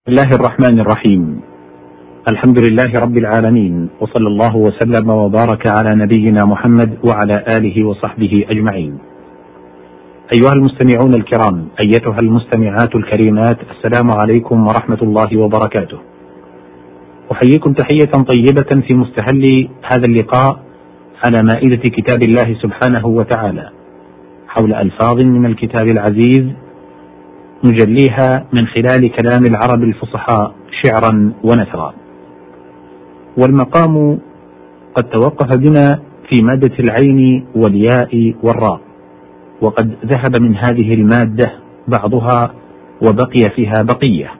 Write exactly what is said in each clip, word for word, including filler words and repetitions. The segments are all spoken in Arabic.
الله الرحمن الرحيم. الحمد لله رب العالمين، وصلى الله وسلم وبارك على نبينا محمد وعلى آله وصحبه أجمعين. أيها المستمعون الكرام، أيتها المستمعات الكريمات، السلام عليكم ورحمة الله وبركاته. أحييكم تحية طيبة في مستهل هذا اللقاء على مائدة كتاب الله سبحانه وتعالى، حول ألفاظ من الكتاب العزيز نجليها من خلال كلام العرب الفصحاء شعرا ونثرا. والمقام قد توقف بنا في مادة العين والياء والراء، وقد ذهب من هذه المادة بعضها وبقي فيها بقية.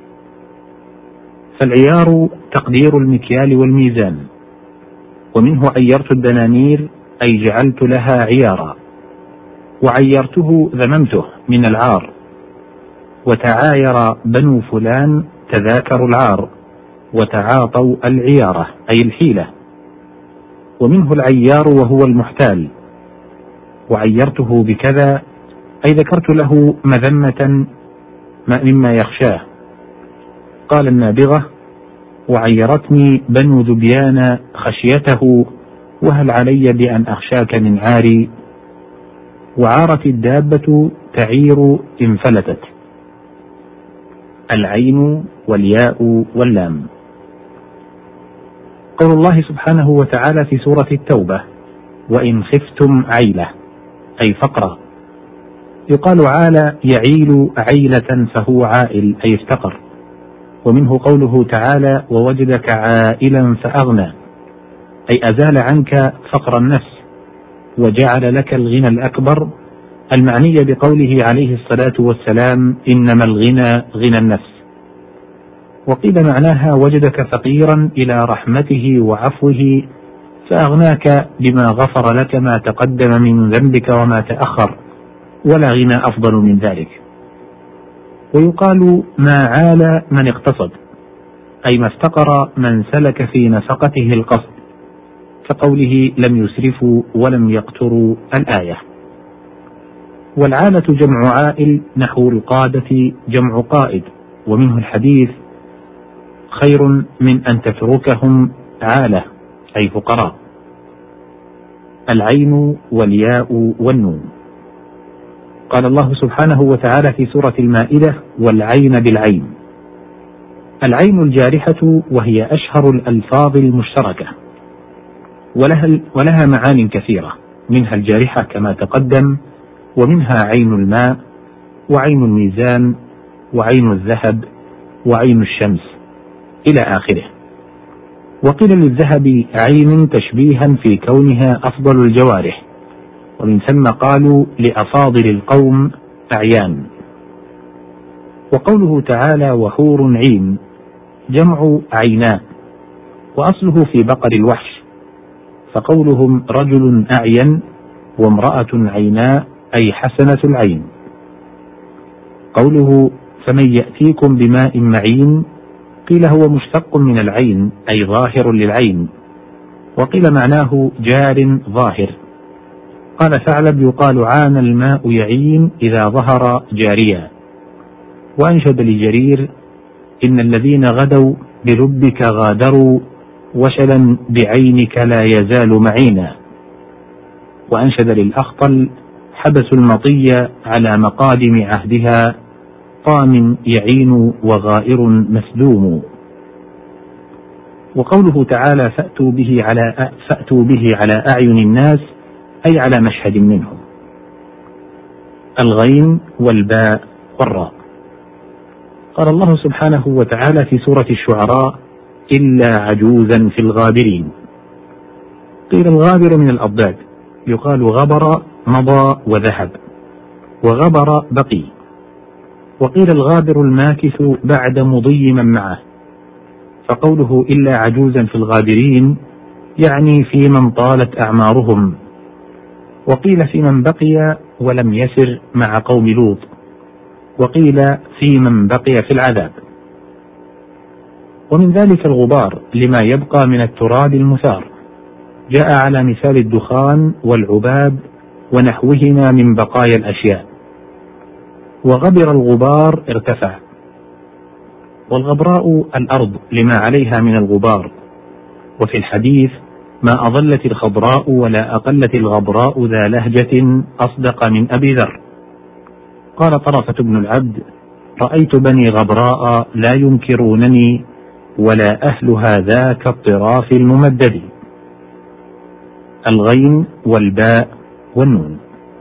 فالعيار تقدير المكيال والميزان، ومنه عيرت الدنانير أي جعلت لها عيارا، وعيرته ذممته من العار، وتعاير بنو فلان تذاكروا العار، وتعاطوا العيارة أي الحيلة. ومنه العيار وهو المحتال، وعيرته بكذا أي ذكرت له مذمة مما يخشاه. قال النابغة: وعيرتني بنو ذبيان خشيته، وهل علي بأن أخشاك من عاري. وعارت الدابة تعير إن فلتت. العين والياء واللام. قول الله سبحانه وتعالى في سورة التوبة: وإن خفتم عيلة أي فقرا. يقال عال يعيل عيلة فهو عائل أي افتقر. ومنه قوله تعالى: ووجدك عائلا فأغنى أي أزال عنك فقر النفس وجعل لك الغنى الأكبر، المعني بقوله عليه الصلاة والسلام: إنما الغنى غنى النفس. وقيل معناها: وجدك فقيرا إلى رحمته وعفوه فأغناك بما غفر لك ما تقدم من ذنبك وما تأخر، ولا غنى أفضل من ذلك. ويقال: ما عال من اقتصد أي ما افتقر من سلك في نفقته القصد، كقوله: لم يسرفوا ولم يقتروا الآية. والعالة جمع عائل، نحو القادة جمع قائد. ومنه الحديث: خير من أن تتركهم عالة أي فقراء. العين والياء والنون. قال الله سبحانه وتعالى في سورة المائدة: والعين بالعين. العين الجارحة، وهي أشهر الألفاظ المشتركة، ولها, ولها معان كثيرة، منها الجارحة كما تقدم، ومنها عين الماء، وعين الميزان، وعين الذهب، وعين الشمس إلى آخره. وقيل للذهب عين تشبيها في كونها أفضل الجوارح، ومن ثم قالوا لأفاضل القوم أعيان. وقوله تعالى: وحور عين جمع عيناء، وأصله في بقر الوحش، فقولهم رجل أعين وامرأة عيناء أي حسنة العين. قوله: فمن يأتيكم بماء معين، قيل هو مشتق من العين أي ظاهر للعين، وقيل معناه جار ظاهر. قال ثعلب: يقال عان الماء يعين إذا ظهر جاريا. وأنشد لجرير: إن الذين غدوا بلبك غادروا، وشلا بعينك لا يزال معينا. وأنشد للأخطل: حبسوا المطية على مقادم عهدها، طام يعين وغائر مسدوم. وقوله تعالى: فأتوا به على فأتوا به على أعين الناس أي على مشهد منهم. الغين والباء والراء. قال الله سبحانه وتعالى في سورة الشعراء: إلا عجوزا في الغابرين. قيل الغابر من الأضداد، يقال غبر مضى وذهب، وغبر بقي. وقيل الغابر الماكث بعد مضي من معه، فقوله إلا عجوزا في الغابرين يعني في من طالت أعمارهم. وقيل في من بقي ولم يسر مع قوم لوط. وقيل في من بقي في العذاب. ومن ذلك الغبار لما يبقى من التراب المثار، جاء على مثال الدخان والعباب ونحوهما من بقايا الأشياء. وغبر الغبار ارتفع. والغبراء الأرض لما عليها من الغبار. وفي الحديث: ما أضلت الخضراء ولا أقلت الغبراء ذا لهجة أصدق من أبي ذر. قال طرفة بن العبد: رأيت بني غبراء لا ينكرونني ولا أهلها ذاك الطراف الممدد. الغين والباء والنون.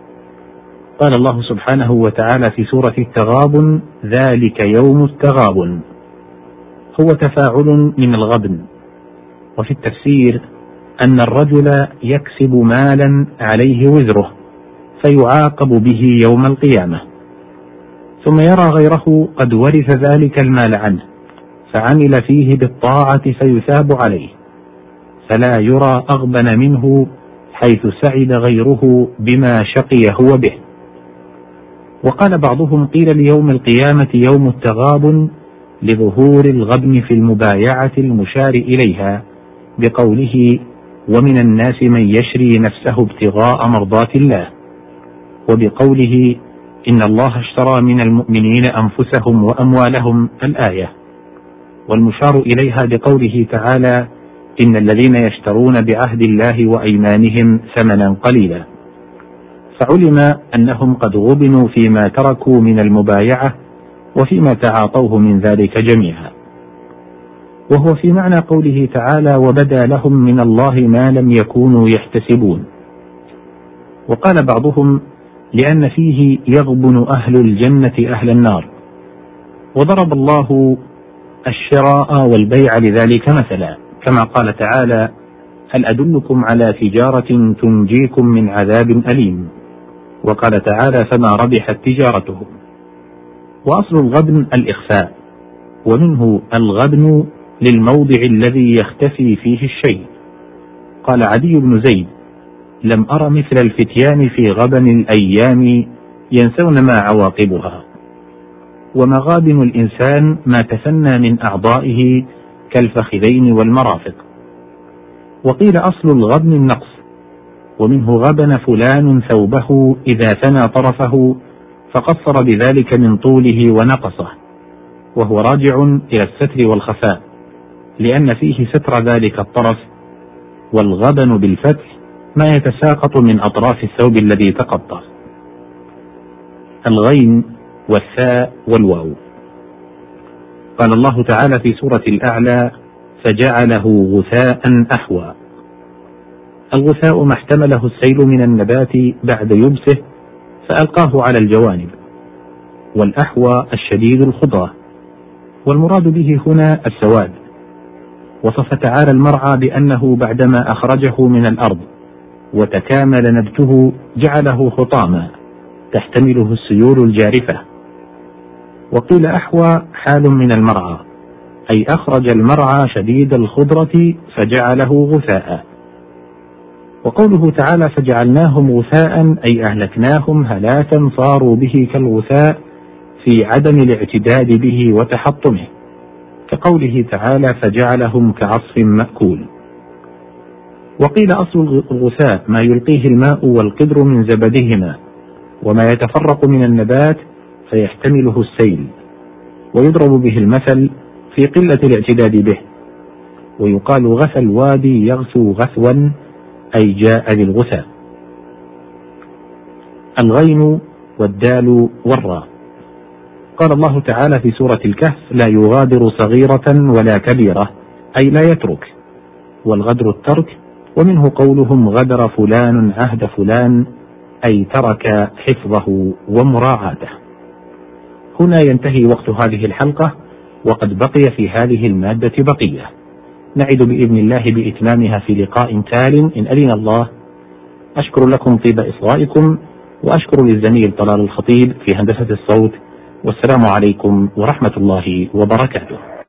قال الله سبحانه وتعالى في سورة التغابن: ذلك يوم التغابن، هو تفاعل من الغبن. وفي التفسير أن الرجل يكسب مالا عليه وزره فيعاقب به يوم القيامة، ثم يرى غيره قد ورث ذلك المال عنه فعمل فيه بالطاعة فيثاب عليه، فلا يرى أغبن منه حيث سعد غيره بما شقي هو به. وقال بعضهم: قيل ليوم القيامة يوم التغابن لظهور الغبن في المبايعة المشار إليها بقوله: ومن الناس من يشري نفسه ابتغاء مرضات الله، وبقوله: إن الله اشترى من المؤمنين أنفسهم وأموالهم، الآية. والمشار إليها بقوله تعالى: إن الذين يشترون بعهد الله وأيمانهم ثمنا قليلا. فعلم أنهم قد غبنوا فيما تركوا من المبايعة وفيما تعاطوه من ذلك جميعا، وهو في معنى قوله تعالى: وبدا لهم من الله ما لم يكونوا يحتسبون. وقال بعضهم: لأن فيه يغبن أهل الجنة أهل النار، وضرب الله الشراء والبيع لذلك مثلا، كما قال تعالى: هل أدلكم على تجارة تنجيكم من عذاب أليم، وقال تعالى: فما ربحت تجارتهم. وأصل الغبن الإخفاء، ومنه الغبن للموضع الذي يختفي فيه الشيء. قال عدي بن زيد: لم أر مثل الفتيان في غبن الأيام ينسون ما عواقبها. ومغابن الإنسان ما تثنى من أعضائه كالفخذين والمرافق. وقيل أصل الغبن النقص، ومنه غبن فلان ثوبه إذا ثنى طرفه فقصر بذلك من طوله ونقصه، وهو راجع إلى الستر والخفاء، لأن فيه ستر ذلك الطرف. والغبن بالفتح ما يتساقط من أطراف الثوب الذي تقطع. الغين والثاء والواو. قال الله تعالى في سورة الأعلى: فجعله غثاء أحوى. الغثاء ما احتمله السيل من النبات بعد يبسه فألقاه على الجوانب، والأحوى الشديد الخضرة، والمراد به هنا السواد. وصف تعالى المرعى بأنه بعدما أخرجه من الأرض وتكامل نبته جعله خطاما تحتمله السيول الجارفة. وقيل أحوى حال من المرعى، أي أخرج المرعى شديد الخضرة فجعله غثاء. وقوله تعالى: فجعلناهم غثاء، أي أهلكناهم هلاكا صاروا به كالغثاء في عدم الاعتداد به وتحطمه، كقوله تعالى: فجعلهم كعصف مأكول. وقيل أصل الغثاء ما يلقيه الماء والقدر من زبدهما، وما يتفرق من النبات فيحتمله السيل، ويضرب به المثل في قلة الاعتداد به. ويقال: غثى الوادي يغثو غثوا، أي جاء للغثاء. الغين والدال والراء. قال الله تعالى في سورة الكهف: لا يغادر صغيرة ولا كبيرة، أي لا يترك. والغدر الترك، ومنه قولهم: غدر فلان عهد فلان، أي ترك حفظه ومراعاته. هنا ينتهي وقت هذه الحلقة، وقد بقي في هذه المادة بقية، نعد بإذن الله بإتمامها في لقاء تال إن أذن الله. أشكر لكم طيب إصغائكم، وأشكر للزميل طلال الخطيب في هندسة الصوت، والسلام عليكم ورحمة الله وبركاته.